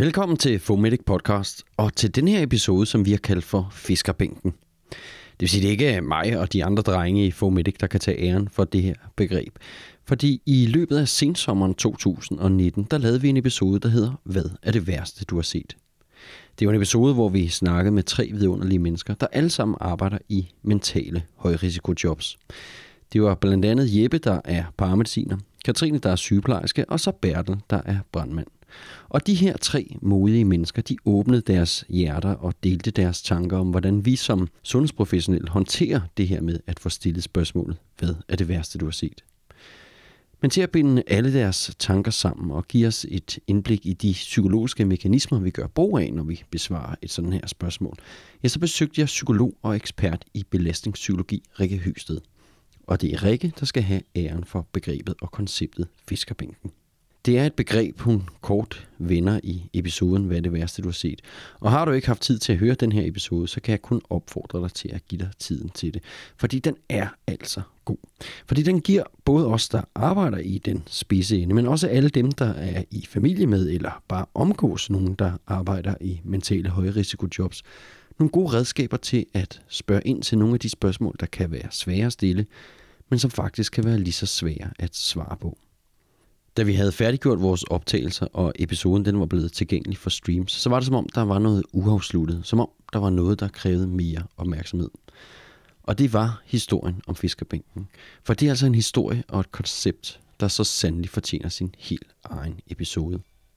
Velkommen til Fomedic Podcast, og til den her episode, som vi har kaldt for Fiskerbænken. Det vil sige, det ikke er mig og de andre drenge i Fomedic, der kan tage æren for det her begreb. Fordi i løbet af sensommeren 2019, der lavede vi en episode, der hedder Hvad er det værste, du har set? Det var en episode, hvor vi snakkede med 3 vidunderlige mennesker, der alle sammen arbejder i mentale højrisikojobs. Det var blandt andet Jeppe, der er paramediciner, Katrine, der er sygeplejerske, og så Bertel, der er brandmand. Og de her 3 modige mennesker, de åbnede deres hjerter og delte deres tanker om, hvordan vi som sundhedsprofessionelle håndterer det her med at få stillet spørgsmålet, hvad er det værste, du har set? Men til at binde alle deres tanker sammen og give os et indblik i de psykologiske mekanismer, vi gør brug af, når vi besvarer et sådan her spørgsmål, ja, så besøgte jeg psykolog og ekspert i belastningspsykologi, Rikke Høsted. Og det er Rikke, der skal have æren for begrebet og konceptet Fiskerbænken. Det er et begreb, hun kort vender i episoden, hvad er det værste, du har set. Og har du ikke haft tid til at høre den her episode, så kan jeg kun opfordre dig til at give dig tiden til det. Fordi den er altså god. Fordi den giver både os, der arbejder i den spidse ende, men også alle dem, der er i familie med, eller bare omgås nogen, der arbejder i mentale højrisikojobs, nogle gode redskaber til at spørge ind til nogle af de spørgsmål, der kan være svære at stille, men som faktisk kan være lige så svære at svare på. Da vi havde færdiggjort vores optagelser, og episoden den var blevet tilgængelig for streams, så var det som om, der var noget uafsluttet. Som om, der var noget, der krævede mere opmærksomhed. Og det var historien om Fiskerbænken. For det er altså en historie og et koncept, der så sandelig fortjener sin helt egen episode.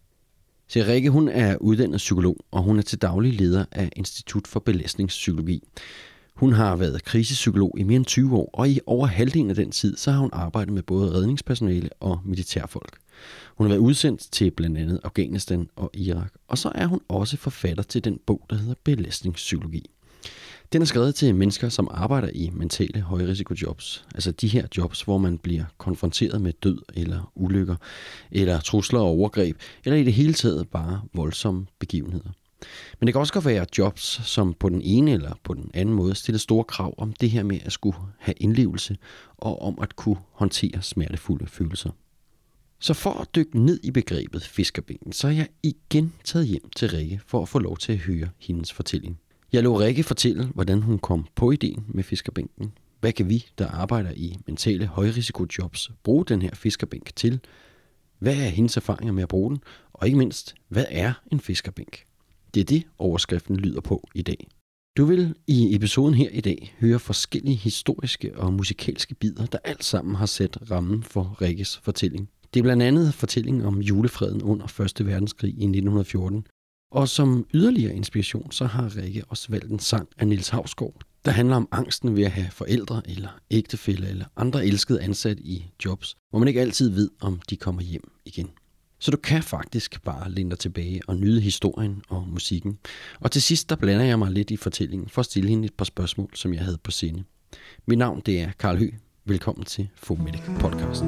Så Rikke, hun er uddannet psykolog, og hun er til daglig leder af Institut for Belastningspsykologi. Hun har været krisepsykolog i mere end 20 år, og i over halvdelen af den tid, så har hun arbejdet med både redningspersonale og militærfolk. Hun har været udsendt til blandt andet Afghanistan og Irak, og så er hun også forfatter til den bog, der hedder Belastningspsykologi. Den er skrevet til mennesker, som arbejder i mentale højrisikojobs, altså de her jobs, hvor man bliver konfronteret med død eller ulykker, eller trusler og overgreb, eller i det hele taget bare voldsomme begivenheder. Men det kan også godt være jobs, som på den ene eller på den anden måde stiller store krav om det her med at skulle have indlevelse og om at kunne håndtere smertefulde følelser. Så for at dykke ned i begrebet Fiskerbænken, så er jeg igen taget hjem til Rikke for at få lov til at høre hendes fortælling. Jeg lod Rikke fortælle, hvordan hun kom på ideen med Fiskerbænken. Hvad kan vi, der arbejder i mentale højrisikojobs, bruge den her Fiskerbænk til? Hvad er hendes erfaringer med at bruge den? Og ikke mindst, hvad er en fiskerbænk? Det er det, overskriften lyder på i dag. Du vil i episoden her i dag høre forskellige historiske og musikalske bidder, der alt sammen har sat rammen for Rikkes fortælling. Det er blandt andet fortællingen om julefreden under 1. verdenskrig i 1914. Og som yderligere inspiration, så har Rikke også valgt en sang af Niels Hausgaard, der handler om angsten ved at have forældre eller ægtefæller eller andre elskede ansat i jobs, hvor man ikke altid ved, om de kommer hjem igen. Så du kan faktisk bare læne dig tilbage og nyde historien og musikken. Og til sidst, der blander jeg mig lidt i fortællingen for at stille hende et par spørgsmål, som jeg havde på sinde. Mit navn, det er Karl Høgh. Velkommen til Fomedic Podcast.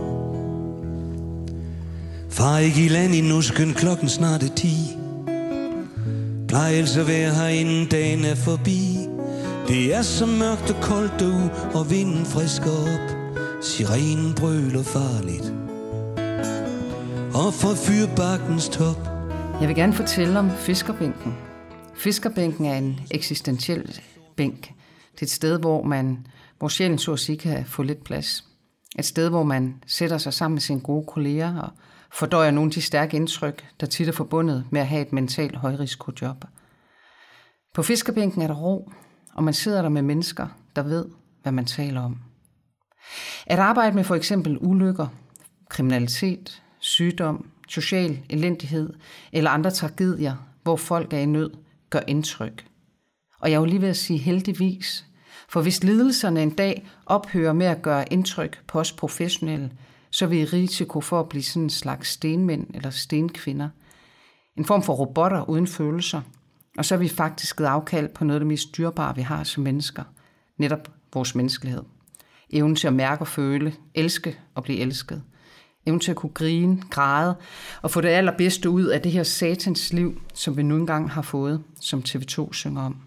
Far ikke i land i nusken, klokken snart er 10. Plejer ellers at være her inden dagen er forbi. Det er så mørkt og koldt derude, og vinden frisker op. Sirenen brøler farligt og fra fyrbakkens top. Jeg vil gerne fortælle om Fiskerbænken. Fiskerbænken er en eksistentiel bænk. Det er et sted, hvor sjælen så at sige kan få lidt plads. Et sted, hvor man sætter sig sammen med sine gode kolleger og fordøjer nogle af de stærke indtryk, der tit er forbundet med at have et mentalt højrisikojob. På Fiskerbænken er der ro, og man sidder der med mennesker, der ved, hvad man taler om. At arbejde med for eksempel ulykker, kriminalitet, sygdom, social elendighed eller andre tragedier, hvor folk er i nød, gør indtryk. Og jeg er jo lige ved at sige heldigvis, for hvis lidelserne en dag ophører med at gøre indtryk på os professionelle, så er vi i risiko for at blive sådan en slags stenmænd eller stenkvinder. En form for robotter uden følelser. Og så er vi faktisk givet afkald på noget af det mest dyrebare, vi har som mennesker. Netop vores menneskelighed. Evnen til at mærke og føle, elske og blive elsket. Evnen til at kunne grine, græde og få det allerbedste ud af det her satans liv, som vi nu engang har fået, som TV2 synger om.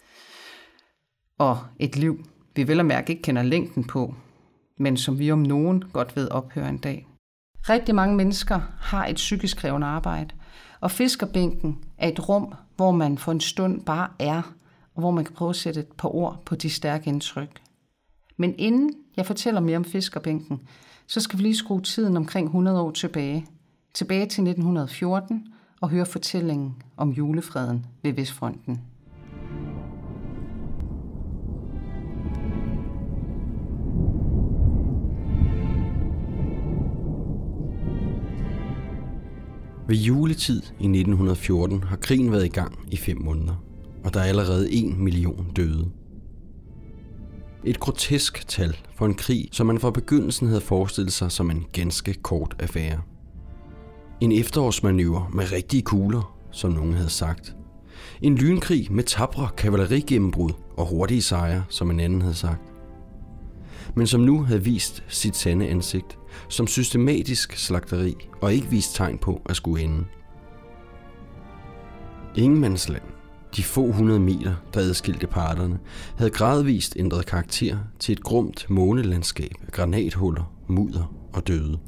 Og et liv, vi vel og mærke ikke kender længden på, men som vi om nogen godt ved ophører en dag. Rigtig mange mennesker har et psykisk krævende arbejde, Og fiskerbænken er et rum, hvor man for en stund bare er, og hvor man kan prøve at sætte et par ord på de stærke indtryk. Men inden jeg fortæller mere om fiskerbænken, så skal vi lige skrue tiden omkring 100 år tilbage til 1914 og høre fortællingen om julefreden ved Vestfronten. Ved juletid i 1914 har krigen været i gang i 5 måneder, og der er allerede 1 million døde. Et grotesk tal for en krig, som man fra begyndelsen havde forestillet sig som en ganske kort affære. En efterårsmanøvre med rigtige kugler, som nogen havde sagt. En lynkrig med tapre kavalerigennembrud og hurtige sejre, som en anden havde sagt. Men som nu havde vist sit sande ansigt, som systematisk slagteri og ikke vist tegn på at skulle ende. Ingenmandsland, de få 100 meter, der adskilte parterne, havde gradvist ændret karakter til et grumt månelandskab af granathuller, mudder og døde.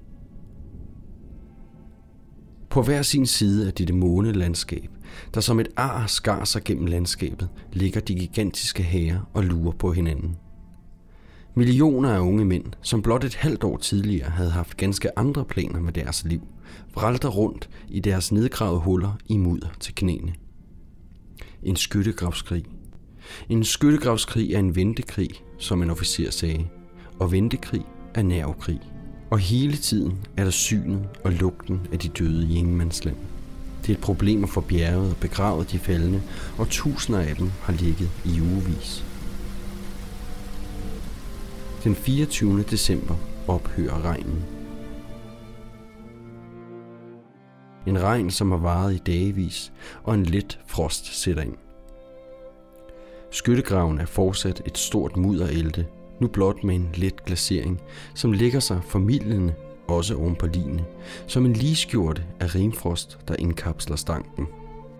På hver sin side af dette månelandskab, der som et ar skar sig gennem landskabet, ligger de gigantiske hære og lurer på hinanden. Millioner af unge mænd, som blot et halvt år tidligere havde haft ganske andre planer med deres liv, vralter rundt i deres nedgravede huller i mudder til knæene. En skyttegravskrig. En skyttegravskrig er en ventekrig, som en officer sagde, og ventekrig er nervekrig. Og hele tiden er der synet og lugten af de døde i Ingenmandsland. Det er et problem at få bjerget og begravet de faldne, og tusinder af dem har ligget i ugevis. Den 24. december ophører regnen. En regn, som har varet i dagevis, og en let frost sætter ind. Skyttegraven er fortsat et stort mudderelte, nu blot med en let glasering, som lægger sig formildende også oven på ligene, som en ligskjorte af rimfrost, der indkapsler stanken.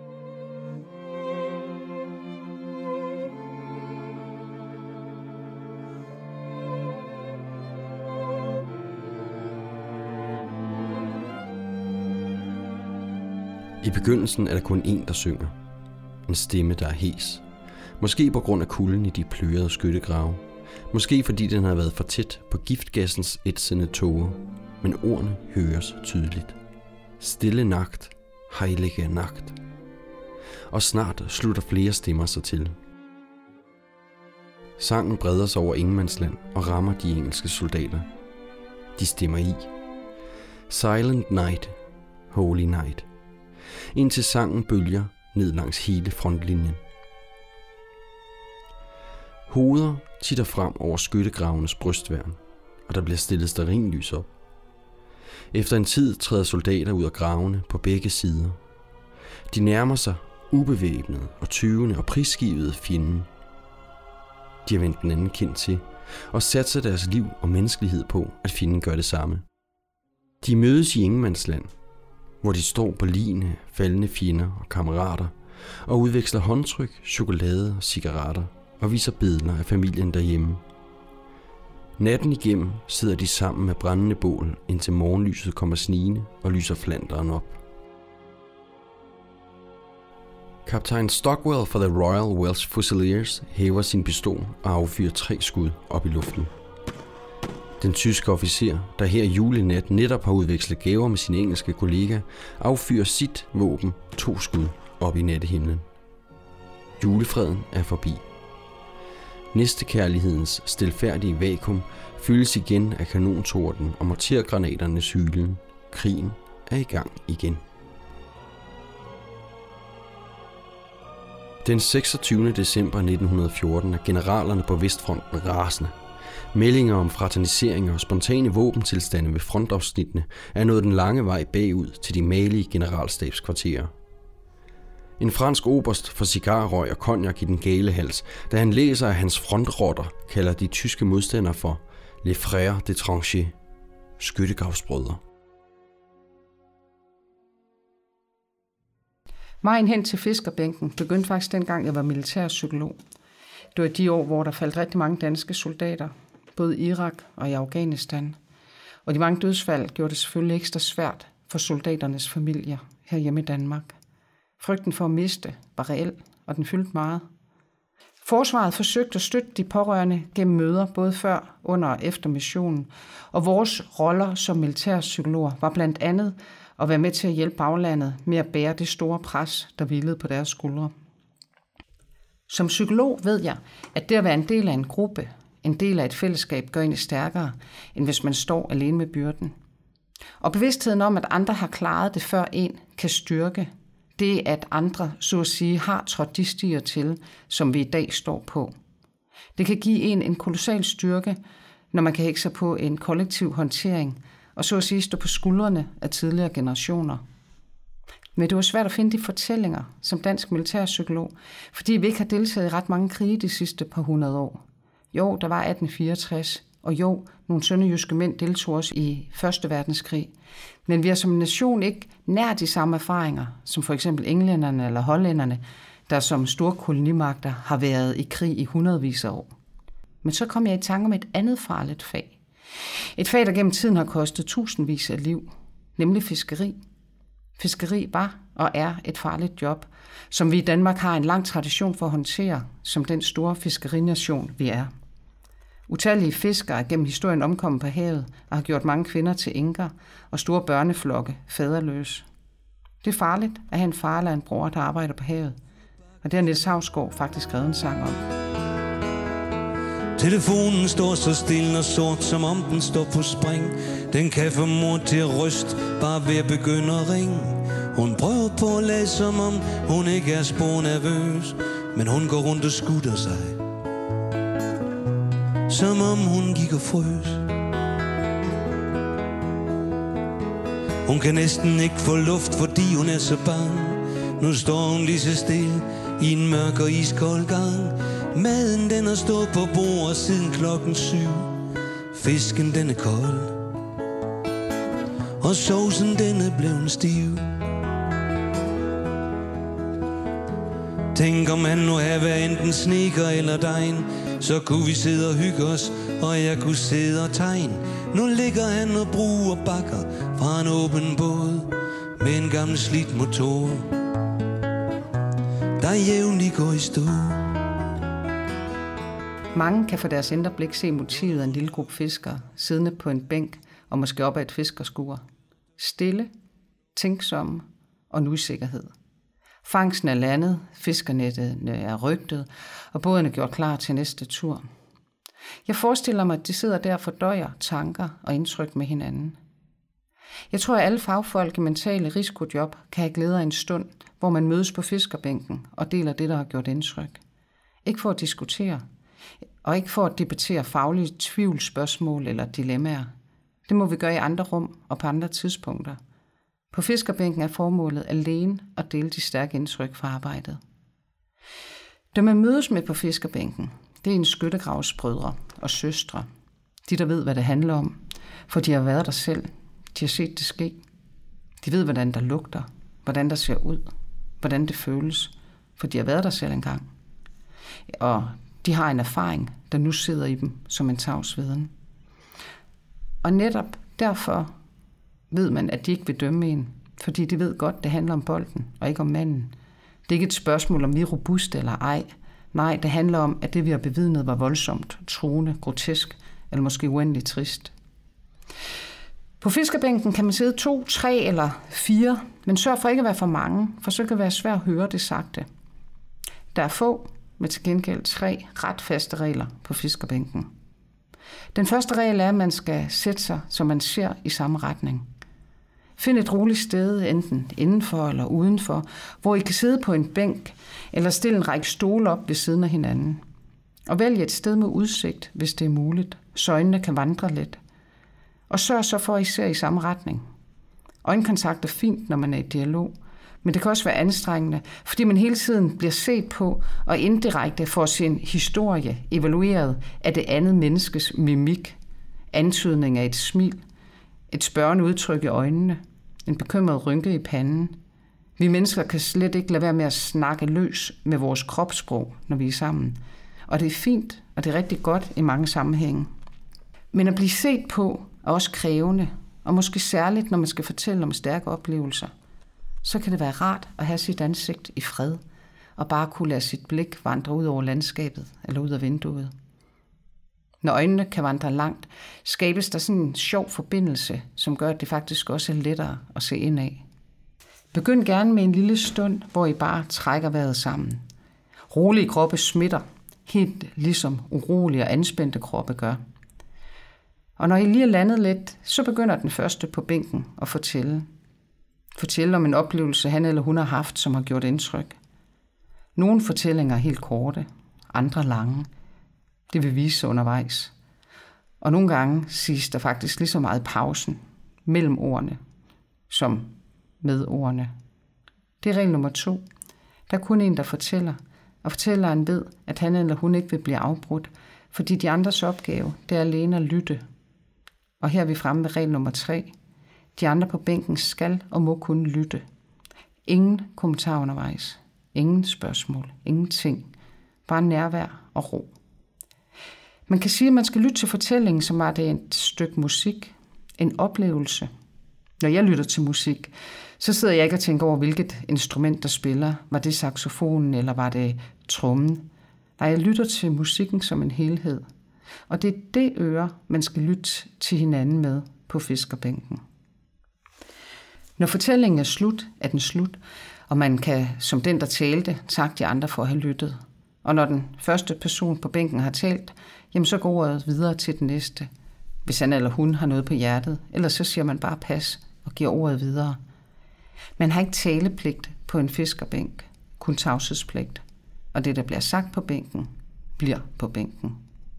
I begyndelsen er der kun én, der synger. En stemme, der er hes. Måske på grund af kulden i de plørede skyttegrave. Måske fordi den har været for tæt på giftgassens ætsende tåger. Men ordene høres tydeligt. Stille nagt, heilige nagt. Og snart slutter flere stemmer sig til. Sangen breder sig over Ingenmandsland og rammer de engelske soldater. De stemmer i. Silent night, holy night. Indtil sangen bølger ned langs hele frontlinjen. Hoveder titter frem over skyttegravenes brystværn, og der bliver stillet stearinlys op. Efter en tid træder soldater ud af gravene på begge sider. De nærmer sig ubevæbnede og tyvende og prisgivede fjenden. De har vendt den anden kind til og satser deres liv og menneskelighed på, at fjenden gør det samme. De mødes i Ingenmandsland, hvor de står på ligene, faldende fjender og kammerater, og udveksler håndtryk, chokolade og cigaretter, og viser billeder af familien derhjemme. Natten igennem sidder de sammen med brændende bål, indtil morgenlyset kommer snigende og lyser Flanderen op. Kaptajn Stockwell for the Royal Welsh Fusiliers hæver sin pistol og affyrer 3 skud op i luften. Den tyske officer, der her julenat netop har udvekslet gaver med sin engelske kollega, affyrer sit våben 2 skud op i nattehimlen. Julefreden er forbi. Næstekærlighedens stilfærdige vakuum fyldes igen af kanontorden og mortergranaternes hylen. Krigen er i gang igen. Den 26. december 1914 er generalerne på Vestfronten rasende. Meldinger om fraterniseringer og spontane våbentilstande ved frontafsnittene er nået den lange vej bagud til de malige generalstabskvarterer. En fransk oberst får cigarrøg og cognac i den gale hals, da han læser, at hans frontrotter kalder de tyske modstandere for Les Frères de Tranchées, skyttegravsbrødre. Vejen hen til fiskerbænken begyndte faktisk dengang, jeg var militærpsykolog. Det var de år, hvor der faldt rigtig mange danske soldater, både i Irak og i Afghanistan. Og de mange dødsfald gjorde det selvfølgelig ekstra svært for soldaternes familier herhjemme i Danmark. Frygten for at miste var reel, og den fyldte meget. Forsvaret forsøgte at støtte de pårørende gennem møder, både før, under og efter missionen, og vores roller som militærpsykologer var blandt andet at være med til at hjælpe baglandet med at bære det store pres, der hvilede på deres skuldre. Som psykolog ved jeg, at det at være en del af en gruppe, en del af et fællesskab, gør en stærkere, end hvis man står alene med byrden. Og bevidstheden om, at andre har klaret det før en, kan styrke det, at andre, så at sige, har trådt de stier til, som vi i dag står på. Det kan give en kolossal styrke, når man kan hække sig på en kollektiv håndtering, og så at sige stå på skuldrene af tidligere generationer. Men det var svært at finde de fortællinger som dansk militærpsykolog, fordi vi ikke har deltaget i ret mange krige de sidste par 100 år. Jo, der var 1864, og jo, nogle sønderjyske mænd deltog også i 1. verdenskrig. Men vi har som nation ikke nær de samme erfaringer, som for eksempel englænderne eller hollænderne, der som store kolonimagter har været i krig i hundredvis af år. Men så kom jeg i tanke om et andet farligt fag. Et fag, der gennem tiden har kostet tusindvis af liv, nemlig fiskeri. Fiskeri var og er et farligt job, som vi i Danmark har en lang tradition for at håndtere, som den store fiskerination, vi er. Utallige fiskere er gennem historien omkommet på havet og har gjort mange kvinder til enker og store børneflokke faderløse. Det er farligt at have en far eller en bror, der arbejder på havet. Og det har Niels Hausgaard faktisk skrevet en sang om. Telefonen står så stille og sort, som om den står på spring. Den kan få mor til at ryste, bare ved at begynde at ringe. Hun prøver på at lade, som om hun ikke er spor nervøs, men hun går rundt og skutter sig, som om hun gik og frøs. Hun kan næsten ikke få luft, fordi hun er så bange. Nu står hun lige så stille i en mørk og iskold gang. Maden den har stået på bordet siden 7:00. Fisken den er kold, og sovsen den er blevet stiv. Tænk om han nu havde været enten sneker eller degn, så kunne vi sidde og hygge os, og jeg kunne sidde og tegne. Nu ligger han og bruger bakker fra en åben båd med en gammel slidt motor, der jævnligt går i stå. Mange kan for deres indre blik se motivet af en lille gruppe fiskere, siddende på en bænk og måske op ad et fiskerskur. Stille, tænksomme og nu i sikkerhed. Fangsten er landet, fiskernettene er rygtet, og båden er gjort klar til næste tur. Jeg forestiller mig, at de sidder der og fordøjer tanker og indtryk med hinanden. Jeg tror, at alle fagfolk i mentale risikojob kan have glæde af en stund, hvor man mødes på fiskerbænken og deler det, der har gjort indtryk. Ikke for at diskutere, og ikke for at debattere faglige tvivlsspørgsmål eller dilemmaer. Det må vi gøre i andre rum og på andre tidspunkter. På fiskerbænken er formålet alene at dele de stærke indtryk fra arbejdet. Dem man mødes med på fiskerbænken, det er en skyttegravsbrødre og søstre. De, der ved, hvad det handler om, for de har været der selv. De har set det ske. De ved, hvordan der lugter, hvordan der ser ud, hvordan det føles, for de har været der selv engang. Og de har en erfaring, der nu sidder i dem som en tavsviden. Og netop derfor ved man, at de ikke vil dømme en, fordi de ved godt, det handler om bolden og ikke om manden. Det er ikke et spørgsmål om vi er robuste eller ej. Nej, det handler om, at det vi har bevidnet var voldsomt, truende, grotesk eller måske uendeligt trist. På fiskerbænken kan man sidde 2, 3 eller 4, men sørg for ikke at være for mange, for så kan det være svært at høre det sagte. Der er få, med til gengæld 3 ret faste regler på fiskerbænken. Den første regel er, at man skal sætte sig, så man ser i samme retning. Find et roligt sted, enten indenfor eller udenfor, hvor I kan sidde på en bænk eller stille en række stole op ved siden af hinanden. Og vælg et sted med udsigt, hvis det er muligt, så øjnene kan vandre lidt. Og sørg så for, at I ser i samme retning. Øjenkontakt er fint, når man er i dialog, men det kan også være anstrengende, fordi man hele tiden bliver set på og indirekte får sin historie evalueret af det andet menneskes mimik, antydning af et smil, et spørgende udtryk i øjnene, en bekymret rynke i panden. Vi mennesker kan slet ikke lade være med at snakke løs med vores kropssprog, når vi er sammen. Og det er fint, og det er rigtig godt i mange sammenhænge. Men at blive set på er også krævende, og måske særligt, når man skal fortælle om stærke oplevelser. så kan det være rart at have sit ansigt i fred, og bare kunne lade sit blik vandre ud over landskabet eller ud af vinduet. Når øjnene kan vandre langt, skabes der sådan en sjov forbindelse, som gør, at det faktisk også er lettere at se ind af. Begynd gerne med en lille stund, hvor I bare trækker vejret sammen. Rolige kroppe smitter, helt ligesom urolige og anspændte kroppe gør. Og når I lige er landet lidt, så begynder den første på bænken at fortælle. Fortælle om en oplevelse, han eller hun har haft, som har gjort indtryk. Nogle fortællinger er helt korte, andre lange. Det vil vise sig undervejs. Og nogle gange siges der faktisk lige så meget pausen mellem ordene, som med ordene. Det er regel nummer 2. Der er kun en, der fortæller, og fortælleren ved, at han eller hun ikke vil blive afbrudt, fordi de andres opgave, det er alene at lytte. Og her er vi fremme ved regel nummer 3. De andre på bænken skal og må kun lytte. Ingen kommentar undervejs. Ingen spørgsmål. Ingenting. Bare nærvær og ro. Man kan sige, at man skal lytte til fortællingen, som er det et stykke musik. En oplevelse. Når jeg lytter til musik, så sidder jeg ikke og tænker over, hvilket instrument der spiller. Var det saxofonen, eller var det trommen? Nej, jeg lytter til musikken som en helhed. Og det er det øre, man skal lytte til hinanden med på fiskerbænken. Når fortællingen er slut, er den slut, og man kan, som den, der talte, takke de andre for at have lyttet. Og når den første person på bænken har talt, jamen så går ordet videre til den næste. Hvis han eller hun har noget på hjertet, eller så siger man bare pas og giver ordet videre. Man har ikke talepligt på en fiskerbænk, kun tavshedspligt. Og det, der bliver sagt på bænken, bliver på bænken.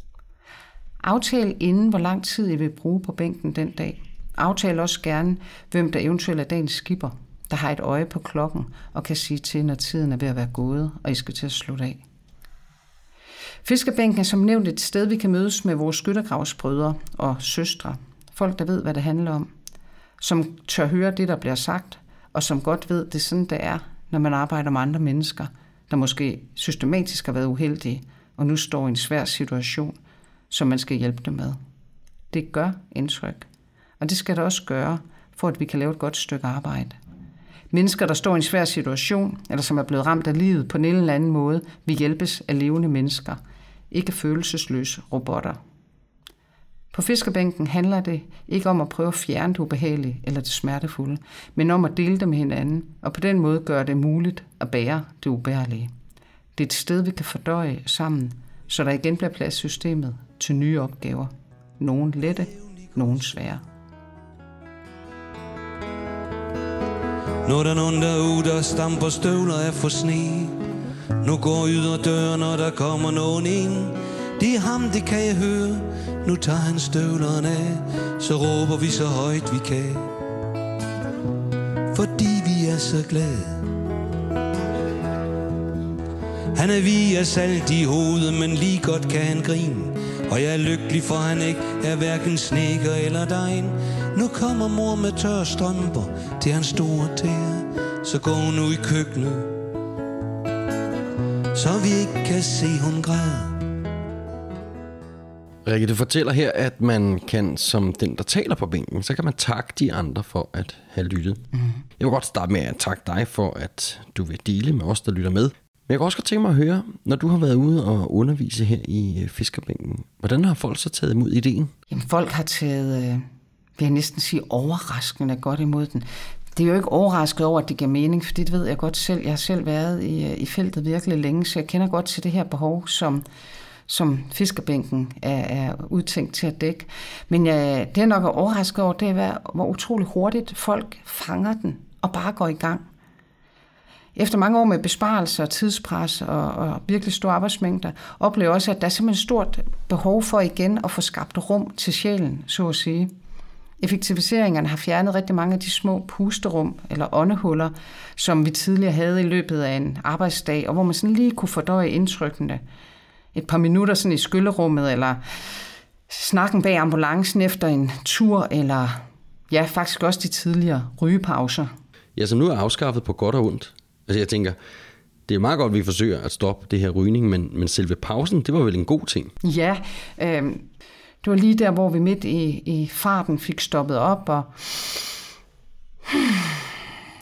Aftal inden, hvor lang tid I vil bruge på bænken den dag. Aftal også gerne, hvem der eventuelt er dagens skipper, der har et øje på klokken og kan sige til, når tiden er ved at være gået, og I skal til at slutte af. Fiskerbænken er som nævnt et sted, vi kan mødes med vores skyttegravsbrødre og søstre. Folk, der ved, hvad det handler om. Som tør høre det, der bliver sagt, og som godt ved, det er sådan, det er, når man arbejder med andre mennesker, der måske systematisk har været uheldige, og nu står i en svær situation, som man skal hjælpe dem med. Det gør indtryk. Og det skal det også gøre, for at vi kan lave et godt stykke arbejde. Mennesker, der står i en svær situation, eller som er blevet ramt af livet på en eller anden måde, vil hjælpes af levende mennesker, ikke følelsesløse robotter. På fiskerbænken handler det ikke om at prøve at fjerne det ubehagelige eller det smertefulde, men om at dele det med hinanden, og på den måde gøre det muligt at bære det ubærlige. Det er et sted, vi kan fordøje sammen, så der igen bliver plads i systemet til nye opgaver. Nogle lette, nogle svære. Nu er der nogen derude, der stamper støvler af for sne. Nu går yderdøren, og der kommer nogen ind. Det er ham, det kan jeg høre. Nu tager han støvlerne af, så råber vi så højt vi kan. Fordi vi er så glade. Han er via salt i hovedet, men lige godt kan han grine. Og jeg er lykkelig, for han ikke er hverken snedker eller degn. Nu kommer mor med tørre strømper til hans store tæer. Så går hun ud i køkkenet, så vi ikke kan se hun græder. Rikke, du fortæller her, at man kan, som den, der taler på bænken, så kan man takke de andre for at have lyttet. Jeg vil godt starte med at takke dig for, at du vil dele med os, der lytter med. Men jeg kan også godt tænke mig at høre, når du har været ude og undervise her i fiskerbænken, hvordan har folk så taget imod ideen? Jamen, folk har taget, vil jeg næsten sige, overraskende godt imod den. Det er jo ikke overrasket over, at det giver mening, for det ved jeg godt selv. Jeg har selv været i feltet virkelig længe, så jeg kender godt til det her behov, som fiskerbænken er udtænkt til at dække. Men det er nok overrasket over, det er, hvor utrolig hurtigt folk fanger den og bare går i gang. Efter mange år med besparelser, tidspres og virkelig store arbejdsmængder, oplever jeg også, at der er simpelthen stort behov for igen at få skabt rum til sjælen, så at sige. Effektiviseringerne har fjernet rigtig mange af de små pusterum eller åndehuller, som vi tidligere havde i løbet af en arbejdsdag, og hvor man sådan lige kunne fordøje indtrykkene. Et par minutter sådan i skyllerummet, eller snakken bag ambulancen efter en tur, eller ja, faktisk også de tidligere rygepauser. Ja, som nu er afskaffet på godt og ondt. Altså jeg tænker, det er meget godt, at vi forsøger at stoppe det her rygning, men selve pausen, det var vel en god ting? Ja, det var lige der, hvor vi midt i farten fik stoppet op og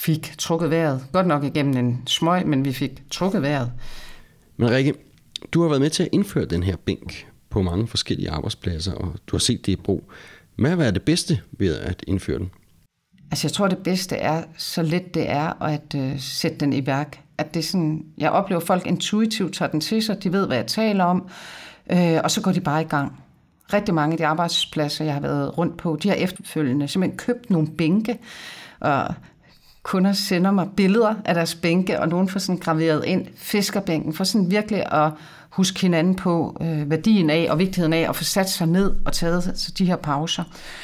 fik trukket vejret. Godt nok igennem en smøg, men vi fik trukket vejret. Men Rikke, du har været med til at indføre den her bænk på mange forskellige arbejdspladser, og du har set det i brug. Hvad har været det bedste ved at indføre den? Altså jeg tror, det bedste er, så let det er at sætte den i værk. At det er sådan, jeg oplever, at folk intuitivt tager den til sig, de ved, hvad jeg taler om, og så går de bare i gang. Rigtig mange af de arbejdspladser, jeg har været rundt på, de har efterfølgende simpelthen købt nogle bænke, og kunder sender mig billeder af deres bænke, og nogen får sådan graveret ind fiskerbænken, for sådan virkelig at huske hinanden på værdien af og vigtigheden af at få sat sig ned og taget de her pauser.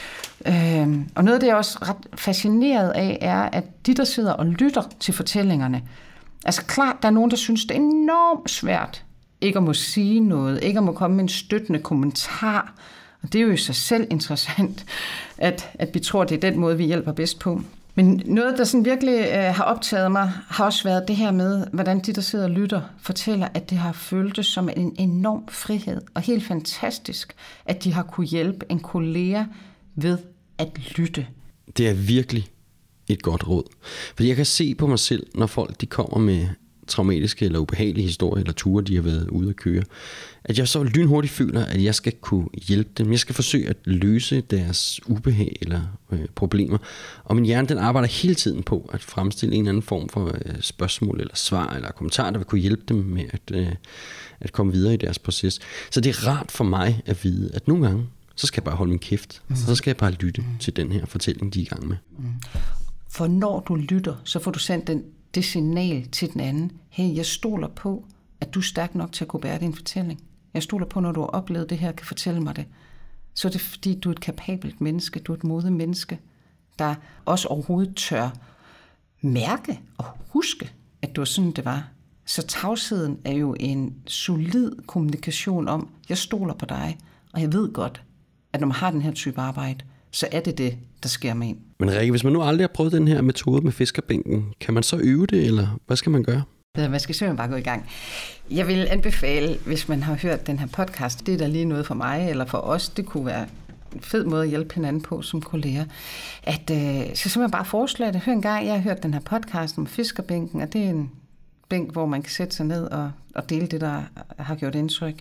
Og noget af det, jeg er også ret fascineret af, er, at de, der sidder og lytter til fortællingerne, altså klart, der er nogen, der synes, det er enormt svært ikke at må sige noget, ikke at må komme med en støttende kommentar. Og det er jo i sig selv interessant, at vi tror, det er den måde, vi hjælper bedst på. Men noget, der sådan virkelig har optaget mig, har også været det her med, hvordan de, der sidder og lytter, fortæller, at det har føltes som en enorm frihed, og helt fantastisk, at de har kunne hjælpe en kollega ved at lytte. Det er virkelig et godt råd. For jeg kan se på mig selv, når folk de kommer med traumatiske eller ubehagelige historier eller ture, de har været ude at køre, at jeg så lynhurtigt føler, at jeg skal kunne hjælpe dem. Jeg skal forsøge at løse deres ubehag eller problemer. Og min hjerne, den arbejder hele tiden på at fremstille en eller anden form for spørgsmål eller svar eller kommentar, der vil kunne hjælpe dem med at komme videre i deres proces. Så det er rart for mig at vide, at nogle gange, så skal jeg bare holde min kæft. Så skal jeg bare lytte til den her fortælling, de er i gang med. For når du lytter, så får du sendt det signal til den anden. Hey, jeg stoler på, at du er stærk nok til at kunne bære din fortælling. Jeg stoler på, når du har oplevet det her, kan fortælle mig det. Så er det fordi, du er et kapabelt menneske, du er et modigt menneske, der også overhovedet tør mærke og huske, at det var sådan, det var. Så tavsheden er jo en solid kommunikation om, jeg stoler på dig, og jeg ved godt, at når man har den her type arbejde, så er det, der sker med en. Men Rikke, hvis man nu aldrig har prøvet den her metode med fiskerbænken, kan man så øve det, eller hvad skal man gøre? Man skal simpelthen bare gå i gang. Jeg vil anbefale, hvis man har hørt den her podcast, det er da lige noget for mig eller for os, det kunne være en fed måde at hjælpe hinanden på som kolleger, at så simpelthen bare foreslå det. Hør en gang, jeg har hørt den her podcast om fiskerbænken, og det er en bænk, hvor man kan sætte sig ned og dele det, der har gjort indtryk.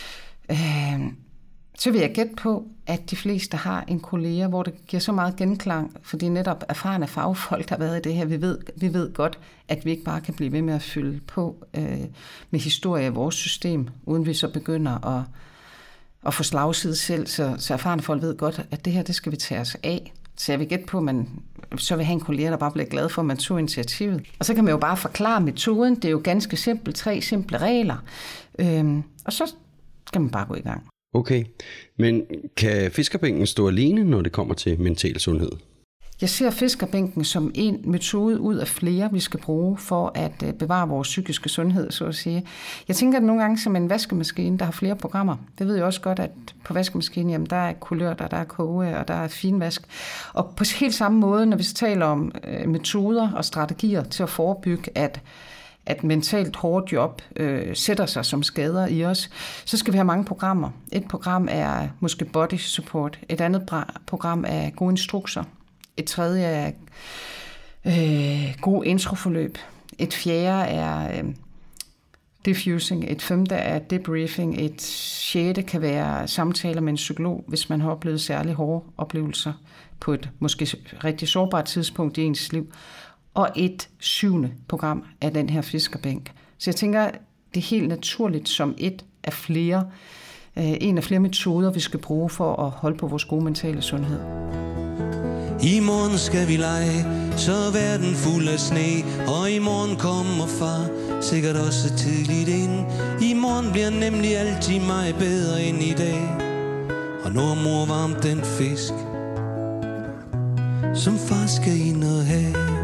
Så vil jeg gætte på, at de fleste har en kollega, hvor det giver så meget genklang, fordi netop erfarne fagfolk har været i det her. Vi ved godt, at vi ikke bare kan blive ved med at fylde på med historie af vores system, uden vi så begynder at få slagside selv. Så erfarne folk ved godt, at det her, det skal vi tage os af. Så jeg vil gætte på, at man så vil have en kollega, der bare bliver glad for, at man tog initiativet. Og så kan man jo bare forklare metoden. Det er jo ganske simpelt. 3 simple regler. Og så skal man bare gå i gang. Okay, men kan fiskerbænken stå alene, når det kommer til mental sundhed? Jeg ser fiskerbænken som en metode ud af flere, vi skal bruge for at bevare vores psykiske sundhed, så at sige. Jeg tænker det nogle gange som en vaskemaskine, der har flere programmer. Det ved jeg også godt, at på vaskemaskinen, jamen, der er kulør, der er koge, og der er finvask. Og på helt samme måde, når vi taler om metoder og strategier til at forebygge, at mentalt hårdt job sætter sig som skader i os, så skal vi have mange programmer. Et program er måske body support, et andet program er gode instrukser, et tredje er gode introforløb, et fjerde er diffusing, et femte er debriefing, et sjette kan være samtaler med en psykolog, hvis man har oplevet særlig hårde oplevelser på et måske rigtig sårbart tidspunkt i ens liv. Og et 7. program er den her fiskerbænk. Så jeg tænker, det er helt naturligt som en af flere metoder, vi skal bruge for at holde på vores gode mentale sundhed. I morgen skal vi lege, så er verden fuld af sne, og i morgen kommer far sikkert også tidligt ind. I morgen bliver nemlig altid meget bedre end i dag, og nu er mor varmt den fisk, som far skal ind og have.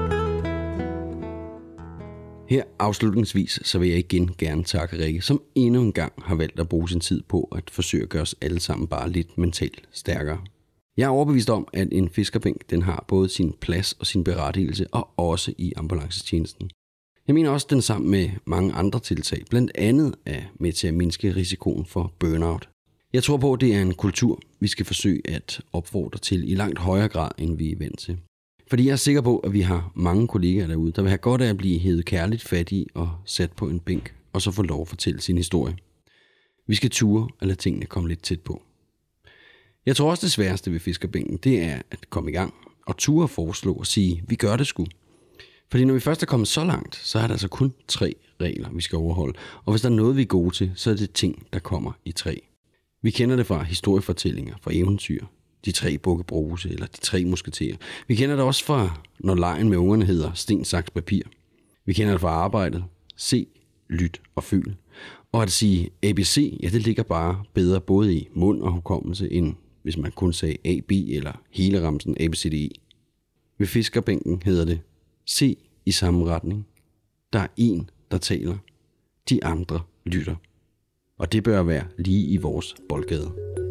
Her afslutningsvis, så vil jeg igen gerne takke Rikke, som endnu en gang har valgt at bruge sin tid på at forsøge at gøre os alle sammen bare lidt mentalt stærkere. Jeg er overbevist om, at en fiskerbænk, den har både sin plads og sin berettigelse, og også i ambulancetjenesten. Jeg mener også, den sammen med mange andre tiltag, blandt andet er med til at mindske risikoen for burnout. Jeg tror på, at det er en kultur, vi skal forsøge at opfordre til i langt højere grad, end vi er vant til. Fordi jeg er sikker på, at vi har mange kollegaer derude, der vil have godt af at blive hævet kærligt fat i og sat på en bænk, og så få lov at fortælle sin historie. Vi skal ture og lade tingene komme lidt tæt på. Jeg tror også det sværeste ved fiskerbænken, det er at komme i gang og ture og foreslå og sige, vi gør det sgu. Fordi når vi først er kommet så langt, så er der altså kun 3 regler, vi skal overholde. Og hvis der er noget, vi er gode til, så er det ting, der kommer i 3. Vi kender det fra historiefortællinger, fra eventyr, de 3 Bukke Bruse eller de 3 musketerer. Vi kender det også fra, når legen med ungerne hedder sten, saks, papir. Vi kender det fra arbejdet, se, lyt og føl. Og at sige ABC, ja, det ligger bare bedre både i mund og hukommelse, end hvis man kun sagde AB eller hele ramsen ABCDE. Ved fiskerbænken hedder det se i samme retning. Der er en, der taler. De andre lytter. Og det bør være lige i vores boldgade.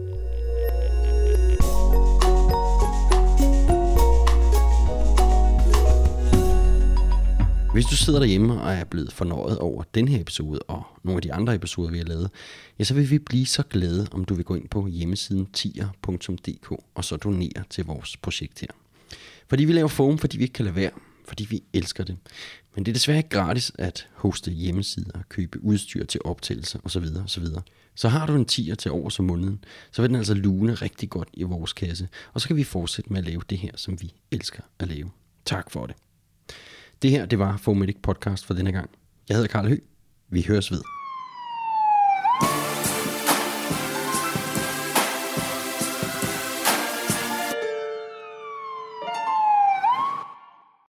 Hvis du sidder derhjemme og er blevet fornøjet over den her episode og nogle af de andre episoder, vi har lavet, ja, så vil vi blive så glade, om du vil gå ind på hjemmesiden tier.dk og så donere til vores projekt her. Fordi vi laver forum, fordi vi ikke kan lade være, fordi vi elsker det. Men det er desværre ikke gratis at hoste hjemmesider, købe udstyr til optagelser osv. osv. Så har du en 10'er til over som måneden, så vil den altså lune rigtig godt i vores kasse, og så kan vi fortsætte med at lave det her, som vi elsker at lave. Tak for det. Det her, det var Fomedic Podcast for denne gang. Jeg hedder Karl Høgh. Vi høres ved.